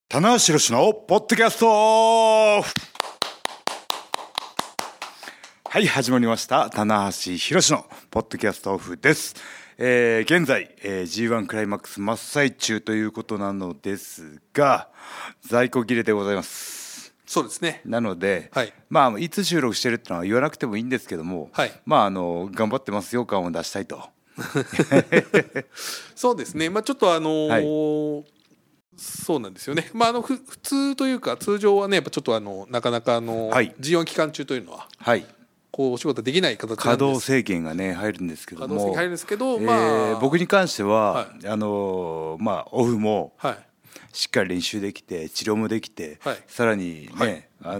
棚橋宏のポッドキャスト。はい、始まりました棚橋宏のポッドキャストオフです。現在、G1 クライマックス真っ最中ということなのですが、在庫切れでございます。 そうですね。 なので、 はい、 いつ収録してるってのは言わなくてもいいんですけども、 はい、 頑張ってますよ感を出したいと。 そうですね。ちょっとそうなんですよね。普通というか通常はね、やっぱちょっとなかなかはい、 G1 期間中というのは、 はい、 こうお仕事できない形なんです。 稼働制限がね入るんですけども、 稼働制限入るんですけど、 僕に関しては、 はい、 オフもはい、 しっかり練習できて治療もできて、 はい、 さらにね、 はい、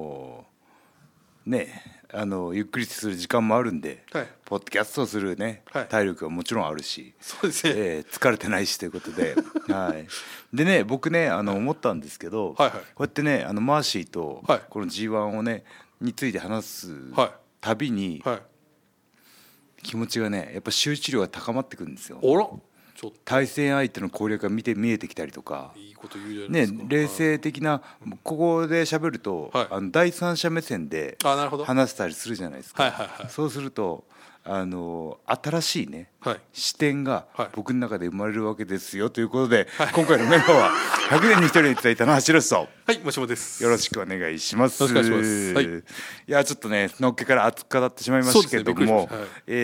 ゆっくりする時間もあるんで、 はい、 ポッドキャストをするね、 はい、 体力はもちろんあるし、 そうですね、 疲れてないしということで、はい、でね僕ね思ったんですけど、 はいはい、 こうやってねマーシーとはい、 この G1 をねについて話すたびに、 はい、 気持ちがねやっぱ集中力が高まってくるんですよ。 あら、ちょっと対戦相手の攻略が見えてきたりとか、 いいこと言うじゃないですか。 冷静的な、ここで喋ると、 はい、 第三者目線でなるほど、 話したりするじゃないですか、 はいはいはい、 そうすると新しいね、 はい、 視点がはい僕の中で生まれるわけですよということで、 はい、 今回のメンバーは100年に1人にいただいた棚橋宏と、 はい、もしもです。 よろしくお願いします。 よろしくお願いします。はい、 いやちょっとねのっけから熱く語ってしまいましたけれども、 はい、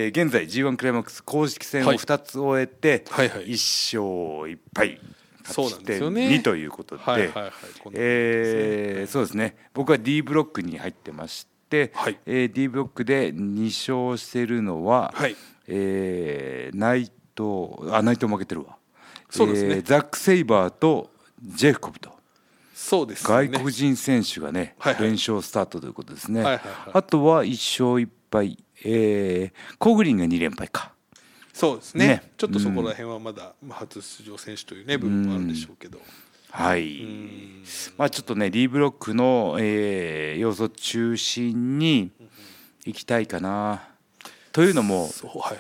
現在 G1 クライマックス公式戦を2つ終えて、 はいはいはい、 1勝1敗そうなんですよね、 2ということで、そうですね、僕は D ブロックに入ってまして、 はい、 D ブロックで2勝してるのは、 はい、 内藤負けてるわ。 そうですね、 ザック・セイバーとジェフコブと、 そうですね、 外国人選手がね、 はいはい、 連勝スタートということですね、 はいはいはい、 あとは1勝1敗、コグリンが2連敗か。 そうですね、ちょっとそこら辺はまだ初出場選手というね部分もあるんでしょうけど、 はい、ちょっとね D ブロックの、要素中心にいきたいかなというのも、 はい、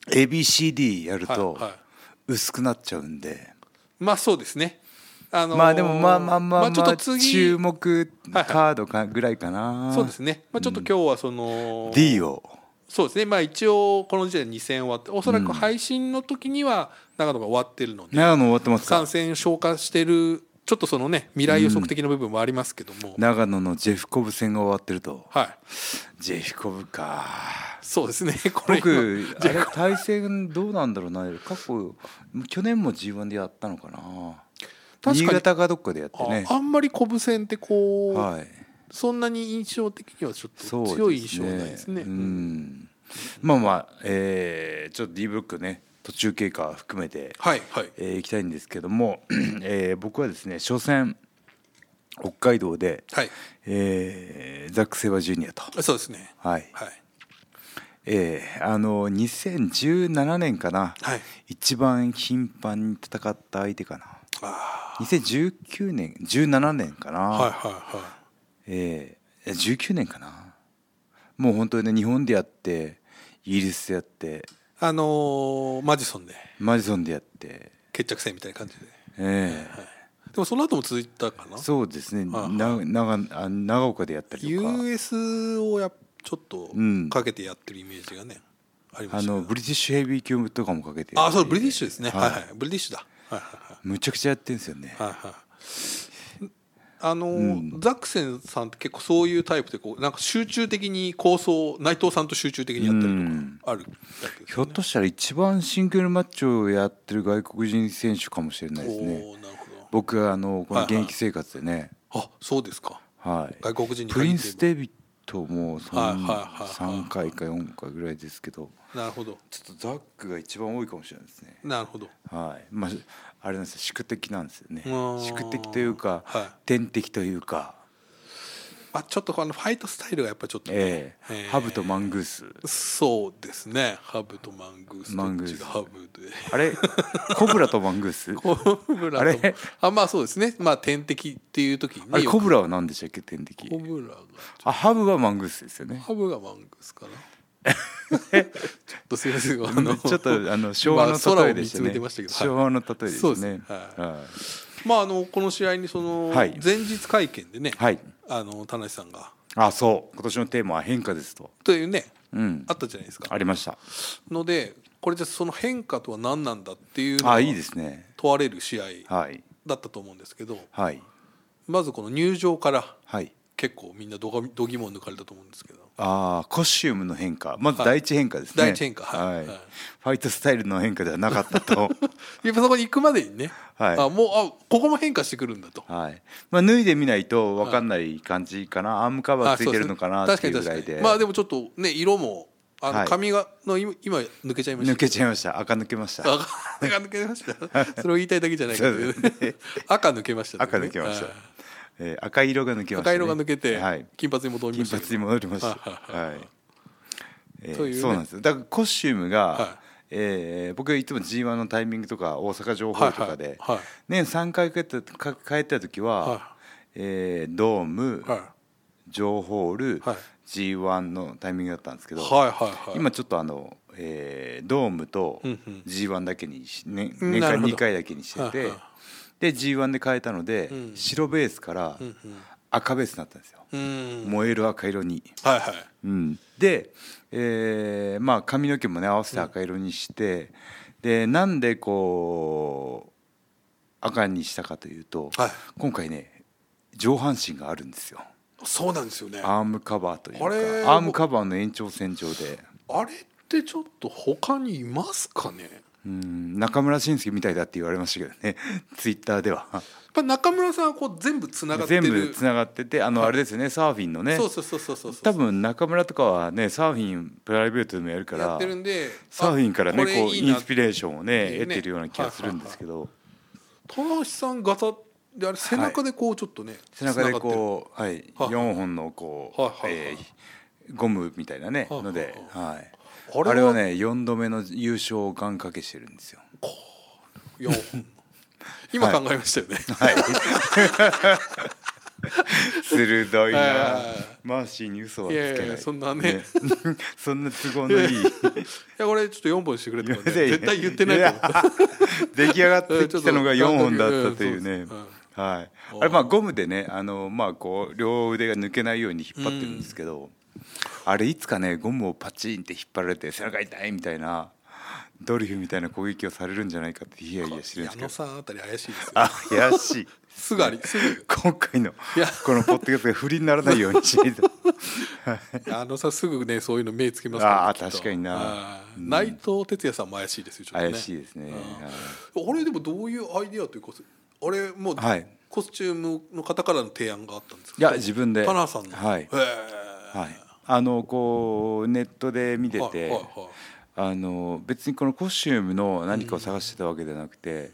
ABCD やるとはいはい、 薄くなっちゃうんで、 そうですね、 でもちょっと次注目カードぐらいかな、 そうですね、ちょっと今日はその D を、 そうですね、一応この時点で2戦終わって、おそらく配信の時には長野が終わってるので、 長野終わってますか。 3戦消化してる、ちょっとそのね未来予測的な部分もありますけども、 長野のジェフコブ戦が終わってると、 はい、 ジェフコブか。 そうですね、これ僕あれ対戦どうなんだろうな、去年も G1 でやったのかな、新潟かどっかでやってね、 あんまりコブ戦ってこう、 はい、 そんなに印象的にはちょっと強い印象ないですね。 ちょっと D ブロックね途中経過含めて、 はいはい、 いきたいんですけども、僕はですね初戦北海道で、 はい、 ザック・セイバージュニアと、 そうですね、 はい、 はい、 2017年かな、 はい、 一番頻繁に戦った相手かな。 あ、 2019年17年かな、 はいはいはい、 19年かな、もう本当にね日本でやってイギリスでやってマジソンでやって決着戦みたいな感じで、 はい、 でもその後も続いたかな。 そうですね、長岡でやったりとか US をちょっとかけてやってるイメージがね、ありましたけど、 ブリティッシュヘビー級とかもかけて、 そうブリティッシュですね、はいはい、ブリティッシュだ、はいはいはい、 むちゃくちゃやってるんですよね、 はいはい、ザックセンさんって結構そういうタイプでなんか集中的に構想内藤さんと集中的にやったりとかある、 ひょっとしたら一番シングルマッチをやってる外国人選手かもしれないですね。 なるほど。 僕はこの現役生活でね、 そうですか、 はい、 外国人にプリンス・デビットも 3 回か4回ぐらいですけど、 なるほど、 ちょっとザックが一番多いかもしれないですね。 なるほど、 はい、あれなんですよ、宿敵なんですよね。宿敵というか、 はい、 天敵というか、 ちょっとファイトスタイルがやっぱちょっとね、 ハブとマングース、 そうですね、ハブとマングース、どっちがハブで、 あれコブラとマングースコブラと、あれそうですね、天敵っていう時に、 あれコブラは何でしたっけ、天敵。 コブラがハブはマングースですよね。 ハブがマングースかなちょっとすいません、 ちょっと昭和の例えでしたね。昭和の例えですね。 そうですね、はい、 この試合にそのはい前日会見でね、 はい田無さんがそう今年のテーマは変化ですと、 というね、 うん、 あったじゃないですか。 ありました。 のでこれじゃその変化とは何なんだっていうのがいいですね。 問われる試合はいだったと思うんですけど、 はいまずこの入場からはい結構みんな度肝を抜かれたと思うんですけど、 コスチュームの変化、まず第一変化ですね。 第一変化、はいファイトスタイルの変化ではなかったとやっぱそこに行くまでにね、 はいもうここも変化してくるんだと、 はい脱いでみないと分かんない感じかな、アームカバーついてるのかなっていうぐらいで、 でもちょっとね色も髪がの今抜けちゃいました。 抜けちゃいました。赤抜けました。 赤抜けましたそれを言いたいだけじゃないけど、赤抜けました、ね、 赤抜けました。赤色が抜けました、ね、 赤色が抜けて、 はい、 金髪に戻りました。 金髪に戻りました。 というね、 そうなんですよ。だからコスチュームが、 はい僕いつも G1 のタイミングとか大阪城ホールとかで、年3回変えた時は、ドーム、城ホール、G1 のタイミングだったんですけど、今ちょっとドームと G1 だけに年間2回だけにしてて、で G1 で変えたので、白ベースから赤ベースになったんですよ、燃える赤色に。で、髪の毛もね合わせて赤色にして、でなんでこう赤にしたかというと、今回ね上半身があるんですよ。 そうなんですよね。 アームカバーというか、アームカバーの延長線上で。 あれってちょっと他にいますかね。 中村慎介みたいだって言われましたけどねツイッターでは。やっぱ中村さんはこう全部つながってる。 全部つながってて、あれですよね、サーフィンのね。 そう多分中村とかはねサーフィンプライベートでもやるから、 やってるんで、 サーフィンからねこうインスピレーションをね得てるような気がするんですけど、 棚橋さん型であれ背中でこうちょっとね、 背中でこう4本のこうゴムみたいなねので、あれはね4度目の優勝を願掛けしてるんですよ。 今考えましたよね。 鋭いな。マーシーに嘘はつけない。 そんなねそんな都合のいい。いやこれちょっと4本してくれとかね絶対言ってないと思った。 出来上がってきたのが4本だったというね。あれゴムでねこう両腕が抜けないように引っ張ってるんですけど、あれいつかねゴムをパチンって引っ張られて背中痛いみたいなドリフみたいな攻撃をされるんじゃないかってヒヤヒヤしてるんですけど、 矢野さんあたり怪しいですよ。 怪しい。 すぐ今回のこのポッドキャストが不利にならないようにしないと。 矢野さんすぐねそういうの目つけますからね。 確かにな。 内藤哲也さんも怪しいですよ。 怪しいですね。 あれでもどういうアイディアというか、あれもうコスチュームの方からの提案があったんですか。 いや自分で。 田中さんの。 こうネットで見てて、別にこのコスチュームの何かを探してたわけじゃなくて、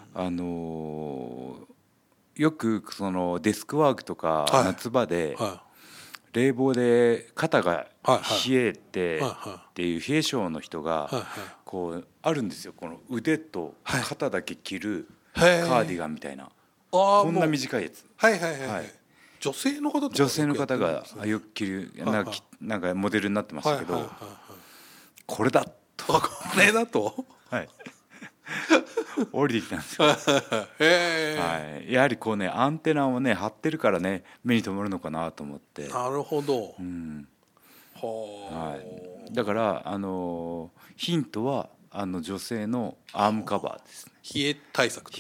よくそのデスクワークとか夏場で冷房で肩が冷えてっていう冷え性の人がこうあるんですよ。この腕と肩だけ着るカーディガンみたいな、こんな短いやつ。女性の方がよく着るなんかモデルになってましたけど、これだと降りてきたんですよ。やはりこうねアンテナをね張ってるからね目に留まるのかなと思って。 なるほど。 だからヒントは女性のアームカバーですね。 冷え対策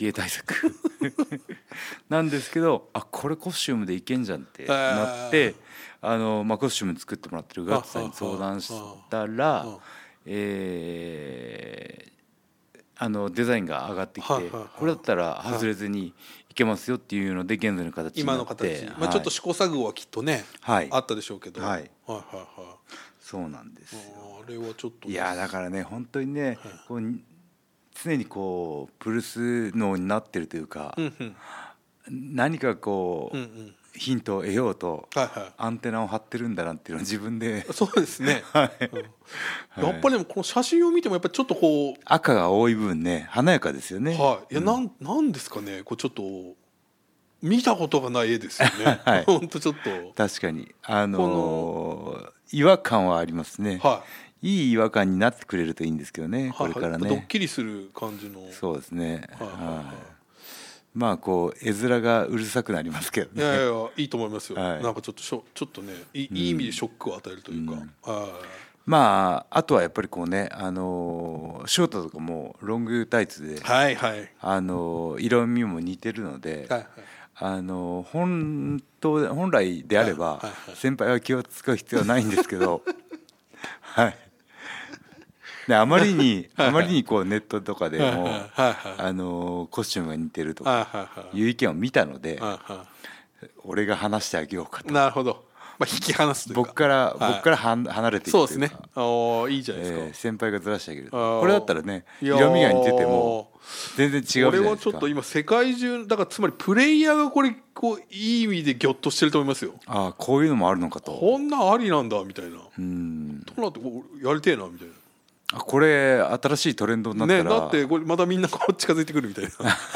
なんですけど、これコスチュームでいけんじゃんってなって、コスチューム作ってもらってるガッツさんに相談したら、デザインが上がってきて、これだったら外れずにいけますよっていうので現在の形になって、今の形、 ちょっと試行錯誤はきっとね、あったでしょうけど、 そうなんですよ。 あれはちょっといやだからね本当にね、こう常にこうプルス脳になってるというか、何かこう、ヒントを得ようとアンテナを張ってるんだなっていうのは自分で。 そうですね。やっぱりでもこの写真を見てもやっぱりちょっとこう赤が多い分ね華やかですよね。 いやなんですかね、こうちょっと見たことがない絵ですよね。本当ちょっと確かに違和感はありますね。いい違和感になってくれるといいんですけどね、これからね。 ドッキリする感じの。 そうですね。 まあこう絵面がうるさくなりますけどね。 いやいやいいと思いますよ、 はい、 なんかちょっとねいい意味でショックを与えるというか、 まああとはやっぱりこうね、ショートとかもロングタイツで、 はいはい、 色味も似てるので、 はいはい、 本来であれば先輩は気を使う必要はないんですけどはい。であまりにこうネットとかでもコスチュームが似てるとかいう意見を見たので、俺が話してあげようかと。 なるほど、まあ、引き離すというか僕から離れていくというか、 そうですね、いいじゃないですか、 先輩がずらしてあげる。これだったらね色味が似てても全然違うじゃないですか。 これはちょっと今世界中だから、つまりプレイヤーがこれこういい意味でギョッとしてると思いますよ。 ああ、こういうのもあるのかと。 こんなんありなんだみたいな、どうなってやりてえなみたいな。 これ新しいトレンドになったら、 ね、だってこれまたみんなこう近づいてくるみたいな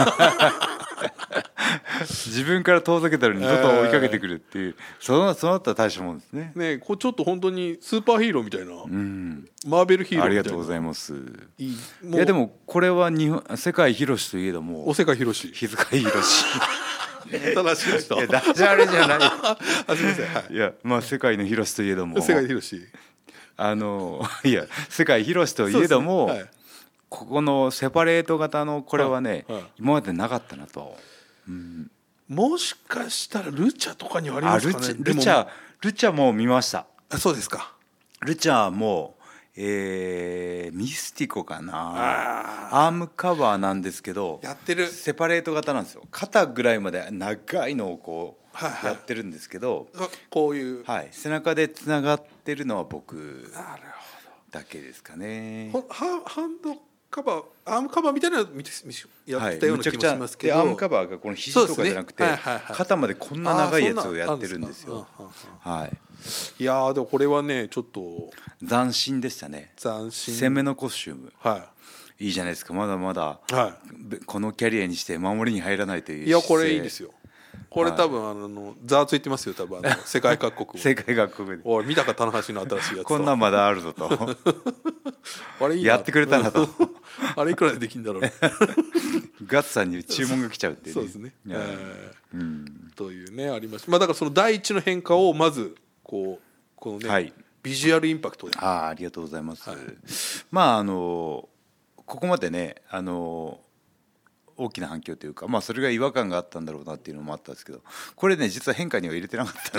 自分から遠ざけたのにどんどん追いかけてくるっていう、そうなったら大したもんですね。 ね、こうちょっと本当にスーパーヒーローみたいな、マーベルヒーローみたいな。 ありがとうございます。 いやでもこれは世界広しといえども、 お世界広し、 日遣い広し正しい人。 いやダジャレじゃないあ、すみません、はい、 いやまあ世界の広しといえども、 世界広し、 いや世界広しといえども、 はい、 ここのセパレート型のこれはね、 はいはい、 今までなかったなと、 もしかしたらルチャとかにはありますかね。 ルチャも見ました。 あ、そうですか。 ルチャも、ミスティコかな、アームカバーなんですけど、 やってるセパレート型なんですよ。肩ぐらいまで長いのをこうやってるんですけど、 こういう、 はい、背中でつながってるのは僕だけですかね。 ハンドカバー、アームカバーみたいなのやってたような気もしますけど、 アームカバーがこの肘とかじゃなくて、肩までこんな長いやつをやってるんですよ。はい。 いやでもこれはねちょっと斬新でしたね。 斬新、 攻めのコスチューム、はい、いいじゃないですか。まだまだ、はい、このキャリアにして守りに入らないという。 いやこれいいですよ。これ多分ざわついてますよ多分世界各国世界各国で、 おい見たか棚橋の新しいやつこんなんまだあるぞとあれいいやってくれたなとあれいくらでできるんだろうガッツさんに注文が来ちゃうっていう、ね、 そうですね、というねありました。まあだからその第一の変化をまずこのね、はい、ビジュアルインパクトで、 ありがとうございます、はい、まあここまでね大きな反響というか、まあそれが違和感があったんだろうなっていうのもあったんですけど、これね実は変化には入れてなかったん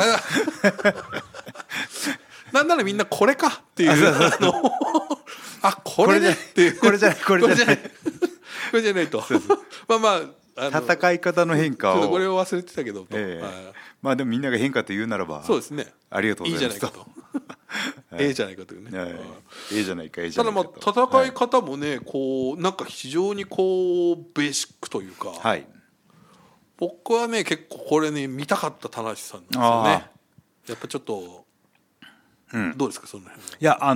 ですなんならみんなこれかっていうあこれねっていうこれじゃないとまあまあ戦い方の変化をちょっとこれを忘れてたけどと、 まあでもみんなが変化と言うならばそうですね、 ありがとうございます。 いいじゃないかとええじゃないかというね、 ええじゃないか、ええじゃないかと。 ただまあ戦い方もねこうなんか非常にこうベーシックというか、はい、僕はね結構これね見たかった田無さんなんですよね。やっぱちょっと、どうですかその辺。 いや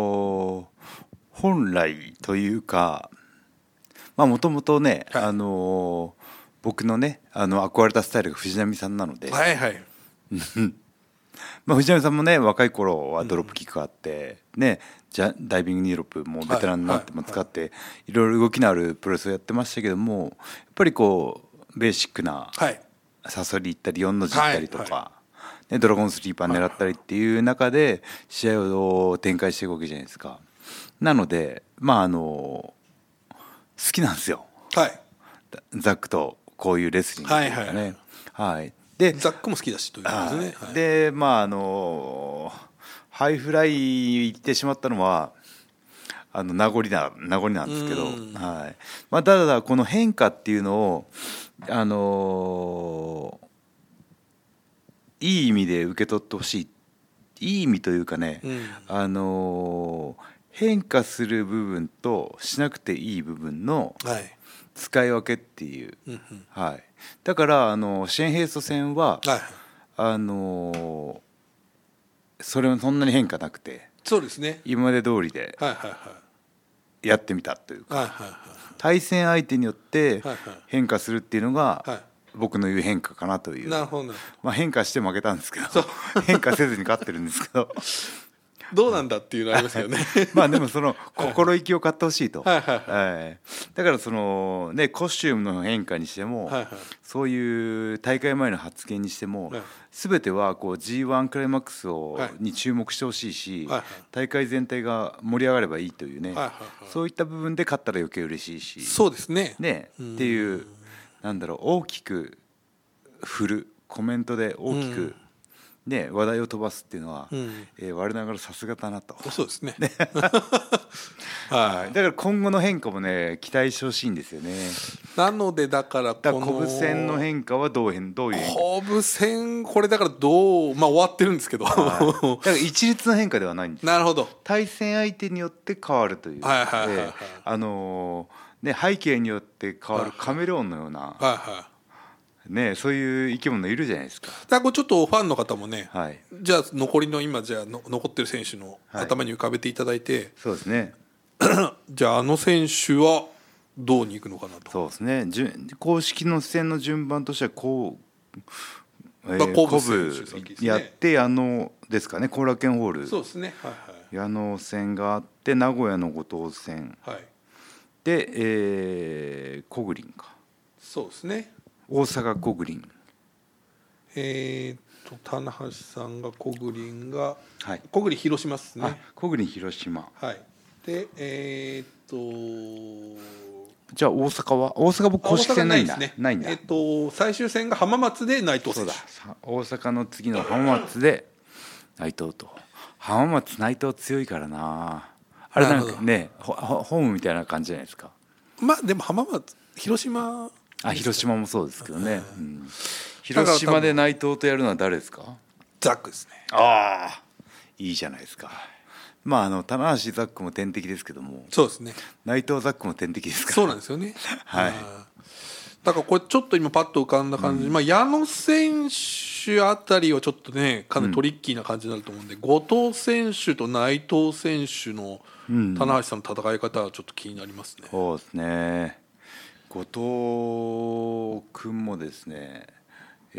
本来というか、まあもともとね、はい、僕のね憧れたスタイルが藤波さんなので、 はいはいまあ藤波さんもね若い頃はドロップキックがあって、ね、ダイビングニーロップもベテランになっても使っていろいろ動きのあるプロレスをやってましたけども、やっぱりこうベーシックなサソリ行ったり4の字行ったりとか、ね、ドラゴンスリーパー狙ったりっていう中で試合を展開していくわけじゃないですか。なのでまあ好きなんですよ、はい、ザックとこういうレスリングというかね、はい、でザックも好きだしということですね、はい、 でまあハイフライ行ってしまったのは名残なんですけど、はい、まあ、ただこの変化っていうのをいい意味で受け取ってほしい、いい意味というかね、変化する部分としなくていい部分の使い分けっていう、はい、だからシェーンヘイスト戦は、それはそんなに変化なくて、 そうですね、 今まで通りでやってみたというか、対戦相手によって変化するっていうのが僕の言う変化かなという。 なるほど、 まあ、変化して負けたんですけど変化せずに勝ってるんですけどどうなんだっていうのありますよねまあでもその心意気を買ってほしいと、 はいはいはいはい、だからそのねコスチュームの変化にしても、 はいはいそういう大会前の発言にしても、 はい全てはこう G1 クライマックスはいに注目してほしいし、 はいはい大会全体が盛り上がればいいというね、 はいはいはいそういった部分で勝ったら余計嬉しいし、 そうですねねっていうなんだろう大きく振るコメントで大きく、ね、話題を飛ばすっていうのは、我ながらさすがだなと。 そうですねはい、だから今後の変化もね期待してほしいんですよね。 なのでだからだからコブ戦の変化はどういう変化？ コブ戦これだから終わってるんですけど、 だから一律の変化ではないんです。 なるほど。 対戦相手によって変わるという、 はいはいはいはいね、背景によって変わるカメレオンのような、 はいはい、 ね、そういう生き物いるじゃないですか。 だからこれちょっとファンの方もね、 はい、 じゃあ残りの今じゃあ残ってる選手の頭に浮かべていただいて、はい、 そうですねじゃあ選手はどうにいくのかなと。 そうですね公式の戦の順番としてはこう、 コブやってですかね後楽園ホール、 そうですね、はいはい、 矢野戦があって名古屋の後藤戦、 はい、 で、コグリンかそうですね大阪コグリン棚橋さんがコグリンが、 はい、 コグリン広島ですね。 コグリン広島、 はい、でじゃあ大阪僕公式戦ないんだ。ないんだ。 最終戦が浜松で内藤選手。 そうだ大阪の次の浜松で内藤と。浜松内藤強いからなあれなんかねホームみたいな感じじゃないですか。 まあでも浜松広島広島もそうですけどね、広島で内藤とやるのは誰ですか？ ザックですね。 ああいいじゃないですか。まあ棚橋ザックも天敵ですけども、 そうですね内藤ザックも天敵ですから。 そうなんですよねはい。 だからこれちょっと今パッと浮かんだ感じ、矢野選手あたりはちょっとねかなりトリッキーな感じになると思うんで、後藤選手と内藤選手の棚橋さんの戦い方はちょっと気になりますね。 そうですね後藤君もですね、タ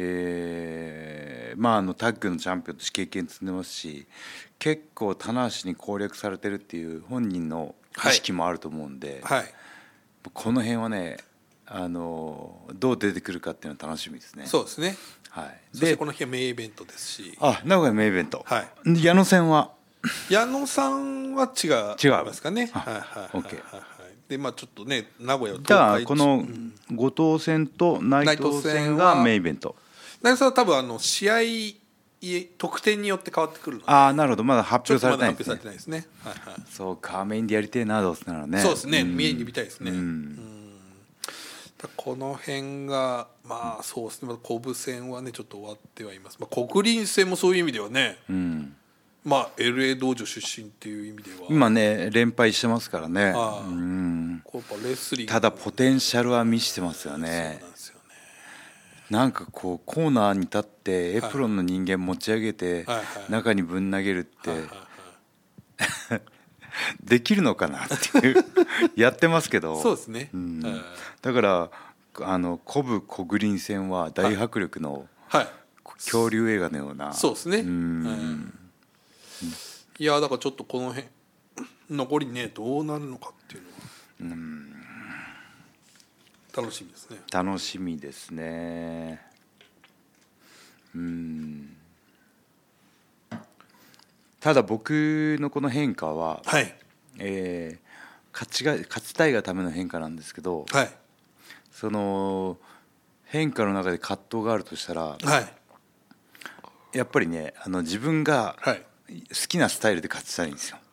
ッグのチャンピオンとして経験積んでますし、結構棚橋に攻略されてるっていう本人の意識もあると思うんで、 はい、 この辺はねどう出てくるかっていうのは楽しみですね。 そうですね、 はい、 そしてこの日はメインイベントですし、 名古屋メインイベント、 はい、 矢野戦は矢野さんは違いますかね。はいはいはいはい。でちょっとね名古屋をじゃあこの後藤戦と内藤戦がメインイベント。 内藤さんは多分試合得点によって変わってくるので。 なるほど、まだ発表されてないですね。 発表されてないですね。はいはい。 そうか、メインでやりてえなどうせならね。 そうですね、メインで見たいですね。この辺がそうですね。コブ戦はねちょっと終わってはいます。国林戦もそういう意味ではね。LA 道場出身っていう意味では今ね連敗してますからね。 これやっぱレスリングただポテンシャルは見せてますよね。 そうなんですよね。 なんかこうコーナーに立ってエプロンの人間持ち上げて中にぶん投げるってできるのかなっていうやってますけど。 そうですね。 だからコブコグリン戦は大迫力の恐竜映画のような。 そうですね。いやだからちょっとこの辺残りねどうなるのかっていうのは楽しみですね。 楽しみですね。ただ僕のこの変化は、勝ちたいがための変化なんですけど、その変化の中で葛藤があるとしたら、やっぱりね自分が好きなスタイルで勝ちたいんですよ。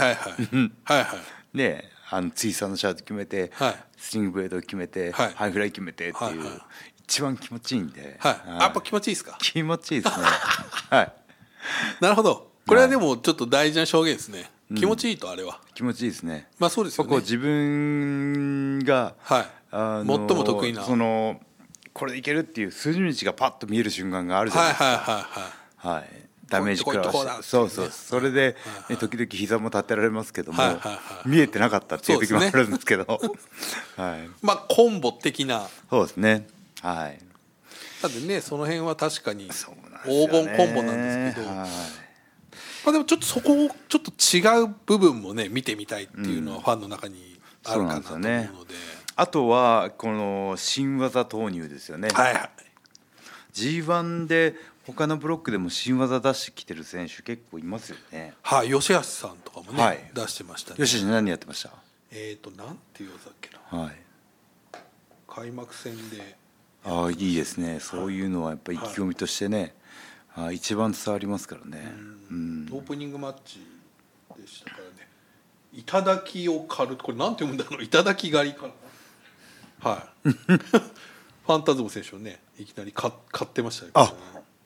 でツイスターのシャウト決めて、スリングブレード決めて、ハイフライ決めてっていう、一番気持ちいいんで、 やっぱ気持ちいいですか？ 気持ちいいですね。はい。 なるほど。これはでもちょっと大事な証言ですね。気持ちいいとあれは。 気持ちいいですね。 そうですよね。 自分が最も得意なこれでいけるっていう数字がパッと見える瞬間があるじゃないですか。ダメージ食らわして、それで時々膝も立てられますけども見えてなかったっていう時もあるんですけど、 コンボ的な。 そうですね。はい。 だってねその辺は確かに黄金コンボなんですけど、 まあでもちょっとそこをちょっと違う部分もね見てみたいっていうのはファンの中にあるかなと思うので、 あとはこの新技投入ですよね。 はいはい、 G1 で他のブロックでも新技出してきてる選手結構いますよね。 はい、吉橋さんとかもね、はい、出してましたね。 吉橋何やってました？ なんていう技だっけな、はい、開幕戦で。 ああ、いいですね。そういうのはやっぱり意気込みとしてね、はい、一番伝わりますからね。 オープニングマッチでしたからね。頂きを狩る、これなんて読むんだろう、頂き狩りかな。はいファンタズム選手をねいきなり買ってましたよ、ね。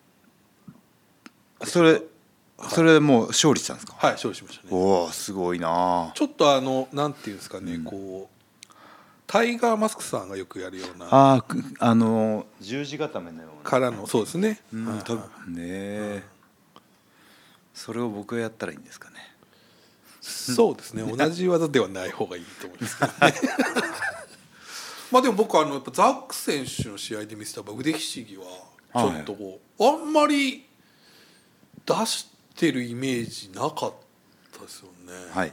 それでもう勝利したんですか？ はい、勝利しましたね。 おお、すごいな。 ちょっとなんていうんですかね、こうタイガーマスクさんがよくやるような十字固めのようなからの、そうですね、 ね、それを僕がやったらいいんですかね。 そうですね、同じ技ではない方がいいと思いますけどねまあでも僕やっぱザック選手の試合で見せた腕ひしぎはちょっとこう、あんまり出してるイメージなかったですよね。 はい、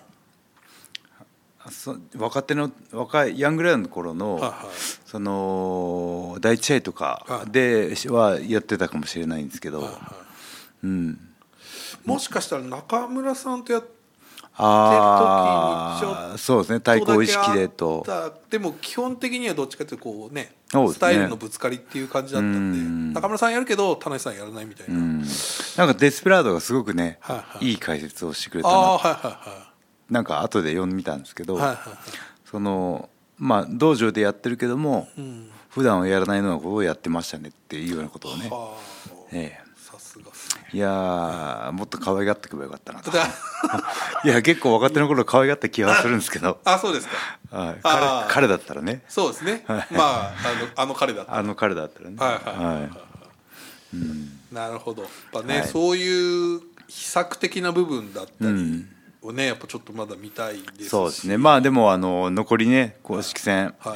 若いヤングライオンの頃の、はいはい、その第一試合とかではやってたかもしれないんですけど、はいはいもしかしたら中村さんとやってる時にちょっとそうですね、対抗意識でと。 でも基本的にはどっちかというとこうね、スタイルのぶつかりっていう感じだったんで、中村さんやるけど田無さんやらないみたいな。なんかデスペラードがすごくね、はいはい、いい解説をしてくれたな、はいはいはい、なんか後で読んでみたんですけど、はいはいはい、そのまあ道場でやってるけども、普段はやらないようなことをやってましたねっていうようなことをね。 さすがっすね。 いやもっと可愛がってくればよかったなといや結構若手の頃可愛がった気がするんですけどそうですか、 はい、彼だったらね。 そうですね、まあ彼だったらね、 なるほど。やっぱね、はい、そういう秘策的な部分だったりをね、やっぱちょっとまだ見たいですし。 そうですね。まあでも残りね公式戦、はい、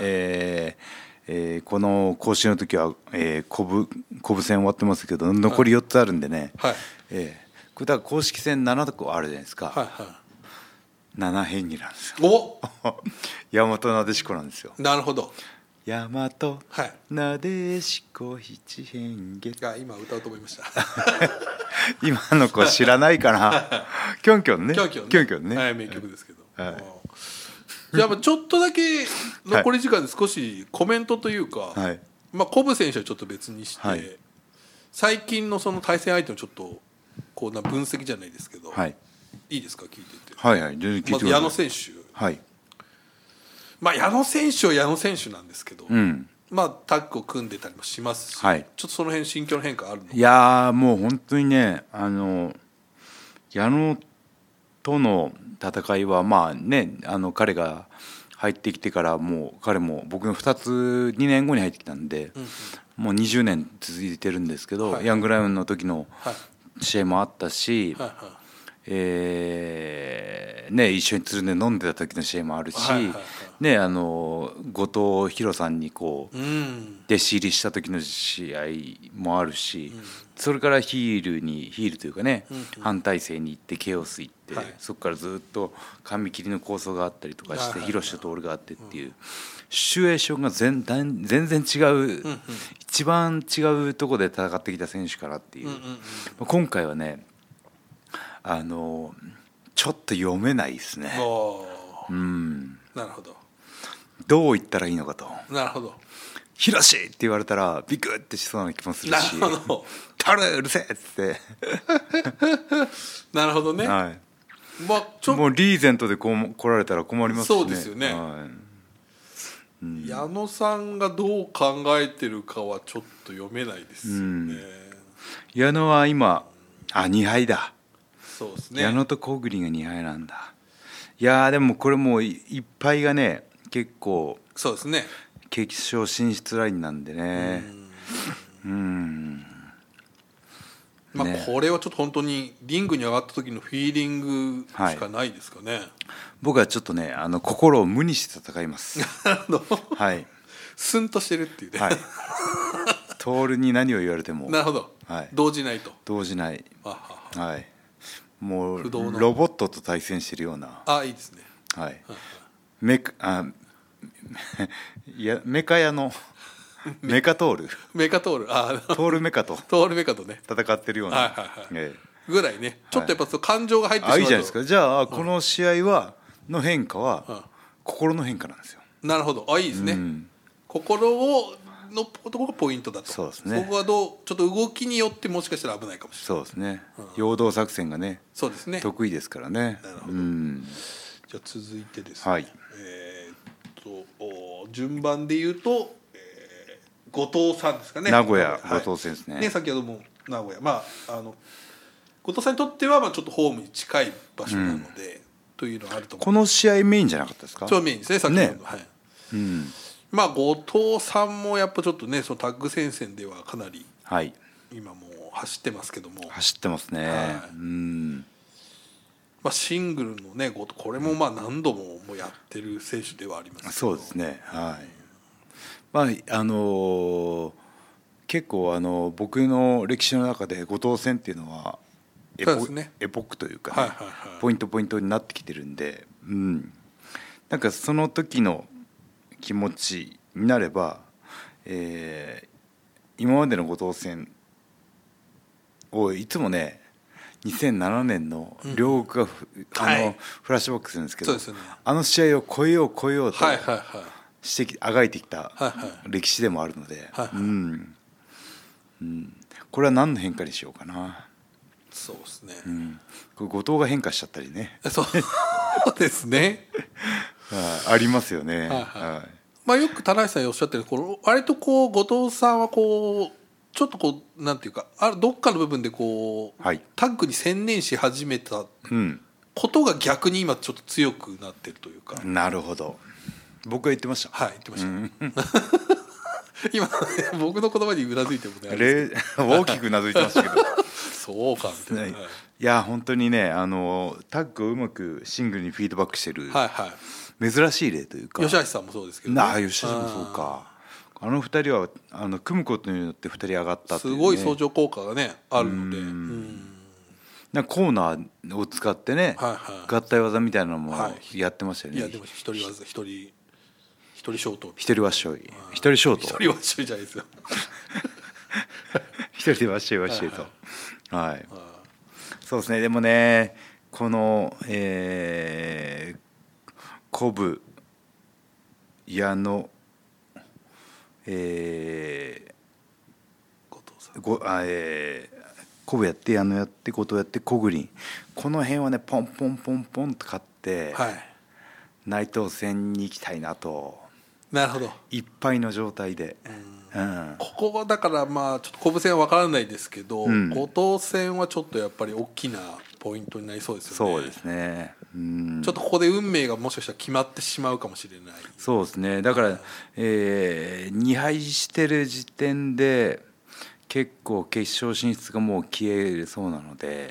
この公式の時は、コブ戦終わってますけど残り4つあるんでね、はい、これだから公式戦7個あるじゃないですか、はいはい、7変化なんですよ。 お大和なでしこなんですよ。 なるほど。 大和なでしこ七変化、 今歌うと思いました今の子知らないかなキョンキョンね、 キョンキョンね、はい、名曲ですけど、はい、じゃあちょっとだけ残り時間で少しコメントというか、はい、まあコブ選手はちょっと別にして、はい、最近のその対戦相手のちょっとこうな分析じゃないですけど、はい、いいですか、聞いてて。 はいはい、全然聞いてください。 まず矢野選手、はい、まあ矢野選手は矢野選手なんですけど、まあタッグを組んでたりもしますし、はい、ちょっとその辺心境の変化あるのか。 いやもう本当にね、矢野との戦いはまあね、彼が入ってきてからもう彼も僕の2年後に入ってきたんで、もう20年続いてるんですけど、ヤングライオンの時の試合もあったし、ね、一緒につるんで飲んでた時の試合もあるし、ね、後藤宏さんにこう弟子入りした時の試合もあるし、それからヒールというかね、反体制に行ってケオス行って、そこからずっと紙切りの構想があったりとかして広瀬と徹があってっていうシチュエーションが全然違う、一番違うところで戦ってきた選手かなっていう。今回はねちょっと読めないですね。 なるほど。 どう言ったらいいのかと。 なるほど。 ヒロシって言われたらビクってしそうな気もするし、 なるほど。 タルうるせえっつってなるほどね、はい、 もうリーゼントで来られたら困りますしね。 そうですよね、はい、矢野さんがどう考えてるかはちょっと読めないですよね。 矢野は今2敗だ。 そうですね、 矢野と小栗が2敗なんだ。いやでもこれもう1敗がね結構そうですね、 決勝進出ラインなんでね。 まあ、これはちょっと本当にリングに上がった時のフィーリングしかないですかね、はい、 僕はちょっとね心を無にして戦います。はい、 スンとしてるっていうね、はい、 徹に何を言われてもなるほど、はい、動じないと。 動じない、はい、 もう不動のロボットと対戦してるような、 あいいですね。 はい、いやメカ屋のメカトールメカトールトールメカとトールメカとね戦ってるような、 はいはいはいぐらいね、ちょっとやっぱそう感情が入ってしまうと、 いいじゃないですか。じゃあこの試合の変化は心の変化なんですよ。 なるほど、いいですね、心のところがポイントだと。 そうですね。 そこはちょっと動きによってもしかしたら危ないかもしれない。 そうですね、陽動作戦がね、 そうですね、 得意ですからね。 なるほど。じゃあ続いてですね、 はい、 順番で言うと、後藤さんですかね。 名古屋後藤戦ですね。 先ほども名古屋、後藤さんにとってはちょっとホームに近い場所なので、というのがあると思う。 この試合メインじゃなかったですか。 そうメインですね、先ほどの、 ね、 はい。後藤さんもやっぱちょっとね、そのタッグ戦線ではかなり、 はい、 今もう走ってますけども、 走ってますね。 シングルのねこれも何度もやってる選手ではありますけど。 そうですね、はい。結構僕の歴史の中で後藤戦っていうのはエポックというかね、ポイントになってきてるんで、なんかその時の気持ちになれば、今までの後藤戦をいつもね、2007年の両国がフラッシュバックするんですけど、あの試合を超えようとしてあがいてきた歴史でもあるので、これは何の変化にしようかな。 そうですね、 これ後藤が変化しちゃったりね。 そうですねありますよね。 よく田中さんおっしゃってる、割と後藤さんはちょっとなんていうか、どっかの部分でタッグに専念し始めたことが逆に今ちょっと強くなってるというか。 なるほど、僕が言ってました。 はい、言ってました、今僕の言葉にうなずいてもね、 大きくうなずいてましたけどそうかみたいな。 いや本当にね、タッグをうまくシングルにフィードバックしてる珍しい例というか。 吉橋さんもそうですけどね。 吉橋もそうか。2人は組むことによって2人上がったっていう、ね、 すごい相乗効果がねあるので、 なんかコーナーを使ってね、合体技みたいなのもやってましたよね。 いやでも一人ショート、 一人わっしょい、一人ショート、 一人わっしょいじゃないですよ一人でわっしょいと、そうですね。でもね、このコブ矢野コブやって矢野やって後藤やって小栗、この辺はねポンポンポンポンと勝って、内藤戦に行きたいなと。 なるほど、 いっぱいの状態で、 ここはだからちょっとコブ戦は分からないですけど、後藤戦はちょっとやっぱり大きなポイントになりそうですよね。 そうですね、 ちょっとここで運命がもしかしたら決まってしまうかもしれない。 そうですね。だから、2敗してる時点で結構決勝進出がもう消えそうなので、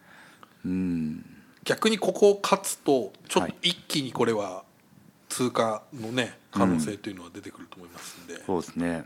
逆にここを勝つとちょっと一気にこれは通過のね可能性というのは出てくると思いますんで、 そうですね、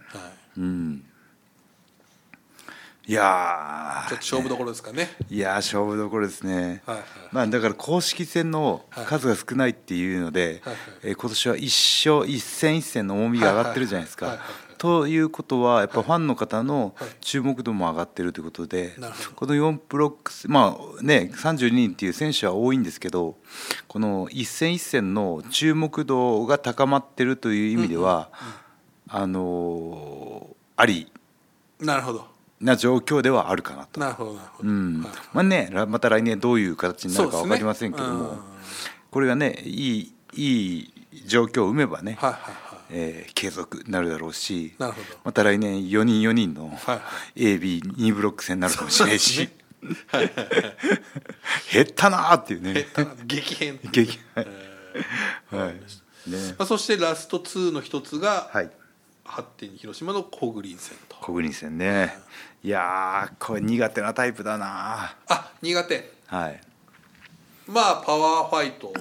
いやちょっと勝負どころですかね。 いや勝負どころですね。だから公式戦の数が少ないっていうので、今年は一戦一戦の重みが上がってるじゃないですか。ということはやっぱファンの方の注目度も上がってるということで、この4ブロック32人っていう選手は多いんですけど、この一戦一戦の注目度が高まってるという意味ではありな状況ではあるかなと。 なるほど。 また来年どういう形になるか分かりませんけども、これがねいい状況を生めばね、継続になるだろうし、また来年4人の AB2 ブロック戦になるかもしれないし、減ったなーっていうね、 激変そしてラスト2の一つが8.2広島のコグリン戦と。 コグリン戦ね、いやこれ苦手なタイプだな。 苦手。パワーファイト、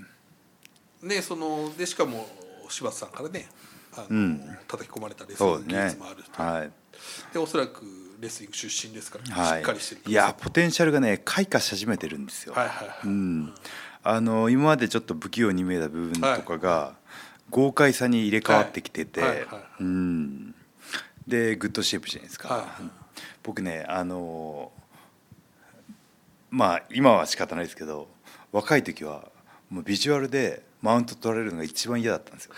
でしかも柴田さんからね叩き込まれたレスリング技術もあると、でおそらくレスリング出身ですから、 はい、 しっかりしてる。 いやポテンシャルがね開花し始めてるんですよ。 はいはいはい、うん、 今までちょっと不器用に見えた部分とかが豪快さに入れ替わってきてて、はいはいはいはい、うん、でグッドシェイプじゃないですか、はいはい、僕ねまあ今は仕方ないですけど若い時はもうビジュアルでマウント取られるのが一番嫌だったんですよ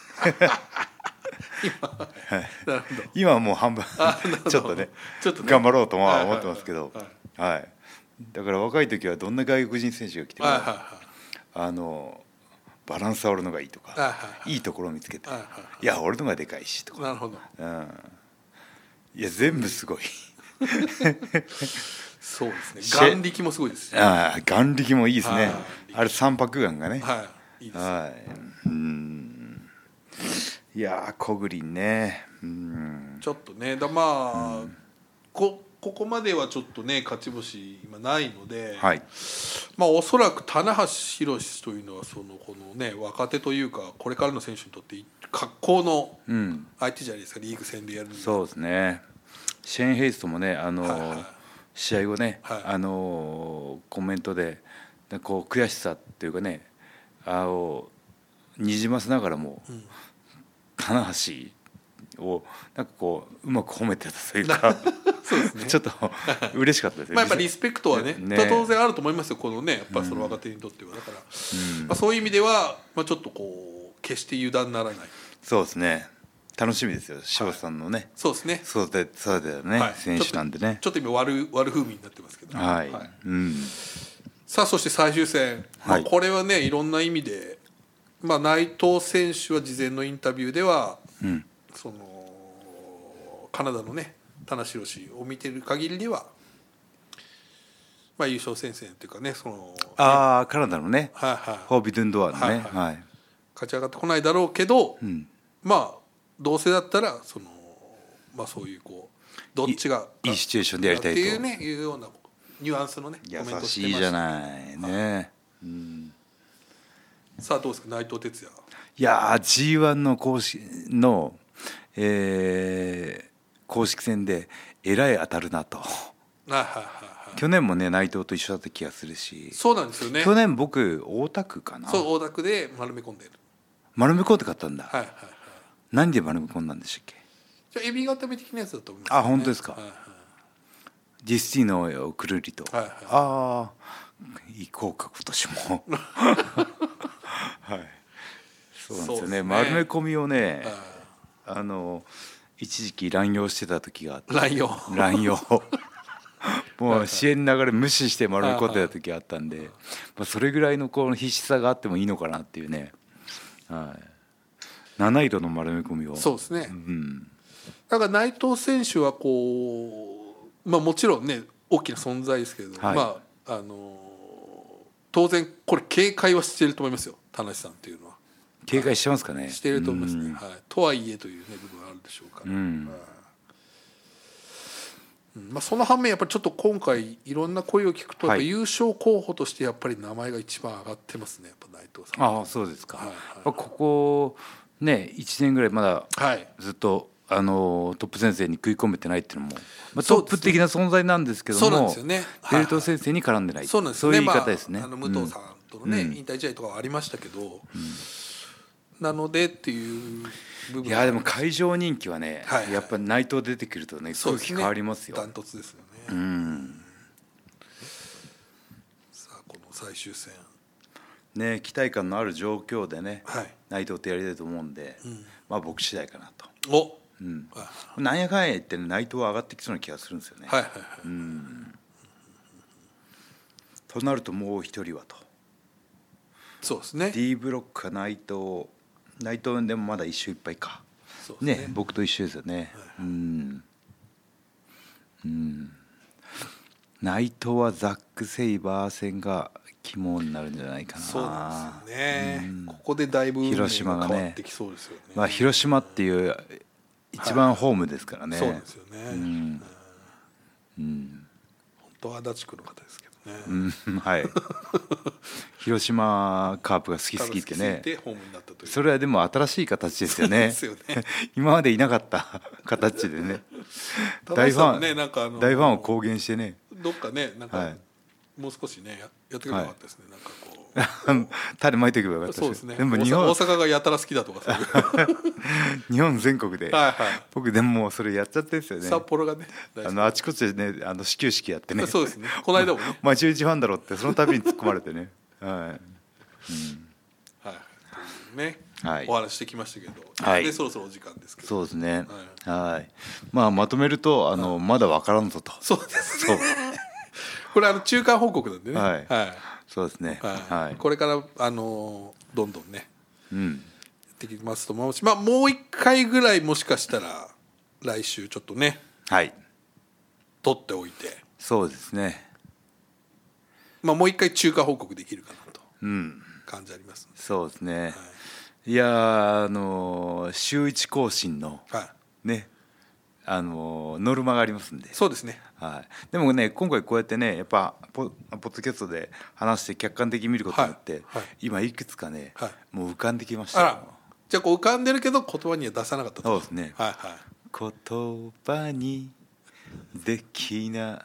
今はもう半分ちょっとね頑張ろうとは思ってますけど、はい、だから若い時はどんな外国人選手が来ても、バランスあるのがいいとか、いいところを見つけて、いや俺のがでかいしとか、 なるほど、 うん、いや全部すごいそうですね、眼力もすごいですし、ね、 眼力もいいですね、あれ三白眼がね、 いいですね、はい、 いや小栗ね、 ちょっとねまあ、ここまではちょっとね勝ち星今ないので、はい、まあおそらく棚橋宏というのはこのね若手というかこれからの選手にとって格好の相手じゃないですか、リーグ戦でやるので。 そうですね、シェーン・ヘイストもね試合後ね、コメントでこう悔しさっていうかねにじませながらも、棚橋をなんかこうまく褒めてたというかそうですね、ちょっと嬉しかったですね。 やっぱリスペクトはね当然あると思いますよ、このねやっぱその若手にとっては。だから、そういう意味では、ちょっとこう決して油断ならない。 そうですね、楽しみですよ、翔さんのね、 そうですね、 そうだよね、選手なんでね、 ちょっと今悪風味になってますけど、 はい、 さあそして最終戦、これはねいろんな意味で、内藤選手は事前のインタビューでは、カナダのね棚橋宏を見てる限りでは、優勝戦線というかねカナダのね、ホービドゥンドアのね、 勝ち上がってこないだろうけど、どうせだったらそういうどっちがいいシチュエーションでやりたいというようなニュアンスのねコメントしてました。優しいじゃないね、 さあどうですか内藤哲也。 いや G1 の公式の、公式戦でえらい当たるなと。去年もね内藤と一緒だった気がするし。 そうなんですよね。 去年僕大田区かな。 そう大田区で丸め込んでる。 丸め込んで買ったんだ。何で丸め込んだんでしたっけ。 じゃエビ固め的なやつだと思います、 ね。本当ですか。ディスティーノをくるりと。行こうか今年も。はい。そうなんですよね。丸め込みをね、一時期乱用してた時があって。乱用。もう試合の流れ無視して丸め込んでた時があったんで、それぐらいのこの必死さがあってもいいのかなっていうね。はい。七色の丸め込みを。 そうですね。だから内藤選手はもちろんね大きな存在ですけれど、当然これ警戒はしていると思いますよ、田無さんっていうのは。 警戒してますかね。 していると思いますね。とはいえというね部分があるでしょうから。その反面やっぱりちょっと今回いろんな声を聞くと、優勝候補としてやっぱり名前が一番上がってますね、やっぱ内藤さん。 そうですか。ここね1年ぐらいまだずっとトップ先生に食い込めてないっていうのも、トップ的な存在なんですけども、ベルト先生に絡んでない、そういう言い方ですね。 武藤さんとのね引退試合とかはありましたけど、なのでっていう部分。 いやでも会場人気はね、やっぱり内藤出てくるとね空気変わりますよ。 ダントツですよね。さあこの最終戦ね、期待感のある状況でね、内藤ってやりたいと思うんで、僕次第かなと。なんやかんや言って内藤は上がってきそうな気がするんですよね。となるともう一人はと。 そうですね。 D ブロックか内藤でもまだ1勝1敗か。ね、僕と一緒ですよね。内藤はザック・セイバー戦が肝になるんじゃないかな。 そうですね。ここでだいぶ広島がね、広島っていう一番ホームですからね。 そうですよね。本当は足立区の方ですけどね。 はい。広島カープが好きってね。 ホームになったという。 それはでも新しい形ですよね。今までいなかった形でね。 大ファン、 ね、なんか大ファンを公言してね、 どっかねなんか、 はい、 もう少しねやってくれなかったですね、なんかこう種まいておけばよかったそうですね。 でも大阪がやたら好きだとかそういう日本全国で、 はい、はい、 僕でもそれやっちゃってるんですよね。 札幌がねあちこちでね始球式やってねそうですね、この間もねまあ中日ファンだろうってその度に突っ込まれてねはい、 はい、ね、 はい、 お話してきましたけど、 はい、 でそろそろお時間ですけど、 そうですね、はい、まあまとめるとまだ分からんぞと。 そうですねこれ中間報告なんでね、 はい、 はい、 そうですね、 はい、これからどんどんね、 うん、 やってきますと思うし、まあもう一回ぐらいもしかしたら来週ちょっとね、 はい、 取っておいて、 そうですね、 まあもう一回中間報告できるかなと、 うん、 感じあります、 そうですね、はい、いや週1更新の、はい、ねノルマがありますんで。 そうですね、 はい、でもね今回こうやってねやっぱポッドキャストで話して客観的に見ることによって、はいはい、今いくつかね、はい、もう浮かんできましたよ。 じゃあこう浮かんでるけど言葉には出さなかったと。 そうですね、 はいはい、 言葉にできない。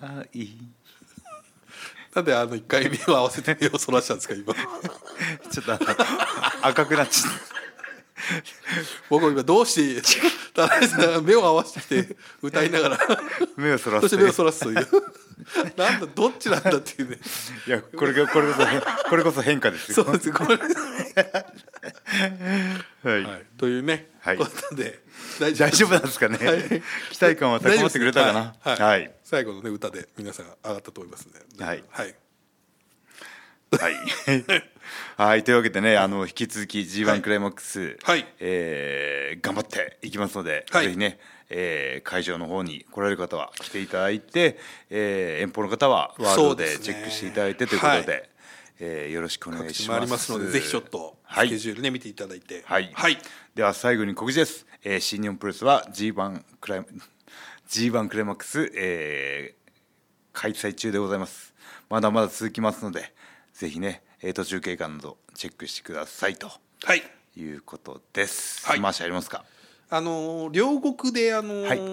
なんで1回目を合わせて目をそらしたんですか今ちょっと赤くなっちゃった僕今どうして田中さん目を合わせてきて歌いながら目をそらす、 そして目をそらすというなんだどっちなんだっていうね。 いやこれこそ変化ですよ。 そうですこれはい、 はい、というね、はい、ことで大丈夫なんですかね、はい、期待感は高まってくれたかな、 はいはいはい、最後のね歌で皆さんが上がったと思いますので、 はいはいはいはい、というわけでね引き続き G1 クライマックス、はい、頑張っていきますので、はい、ぜひね、会場の方に来られる方は来ていただいて、遠方の方はワールドでチェックしていただいてということで、よろしくお願いします。 告知もありますのでぜひちょっとスケジュールね、見ていただいて、 はいはい、では最後に告知です。新日本プロレスは G1 クライマックス、開催中でございます。まだまだ続きますのでぜひね途中経過などチェックしてくださいと、はい、いうことです。はい、マーシャありますか？ 両国ではい、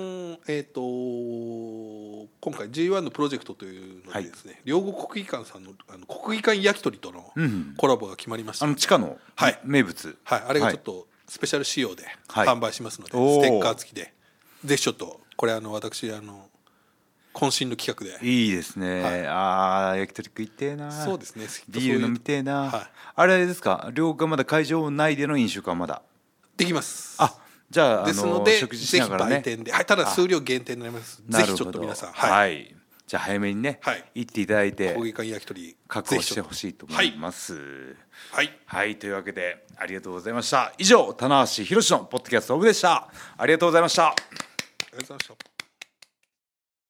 今回 G1 のプロジェクトというのでですね、はい、両国国技館さんの国技館焼き鳥とのコラボが決まりましたので、 地下の名物、 はい、あれがちょっとスペシャル仕様で販売しますので、はい、ステッカー付きでぜひちょっとこれ私渾身の企画でいいですね、はい、焼き鳥食いてえな。 そうですね、 ビール飲みてえな、 はい、 あれですか両国まだ会場内での飲食はまだできます。 じゃあですので食事しながらねぜひ売店で、はい、ただ数量限定になります。ぜひちょっと皆さん、 はい、じゃあ早めにね、はい、行っていただいて国技館焼き鳥確保してほしいと思います。 はい、 はい、というわけでありがとうございました。以上棚橋宏のポッドキャストオフでした。ありがとうございました。 ありがとうございました。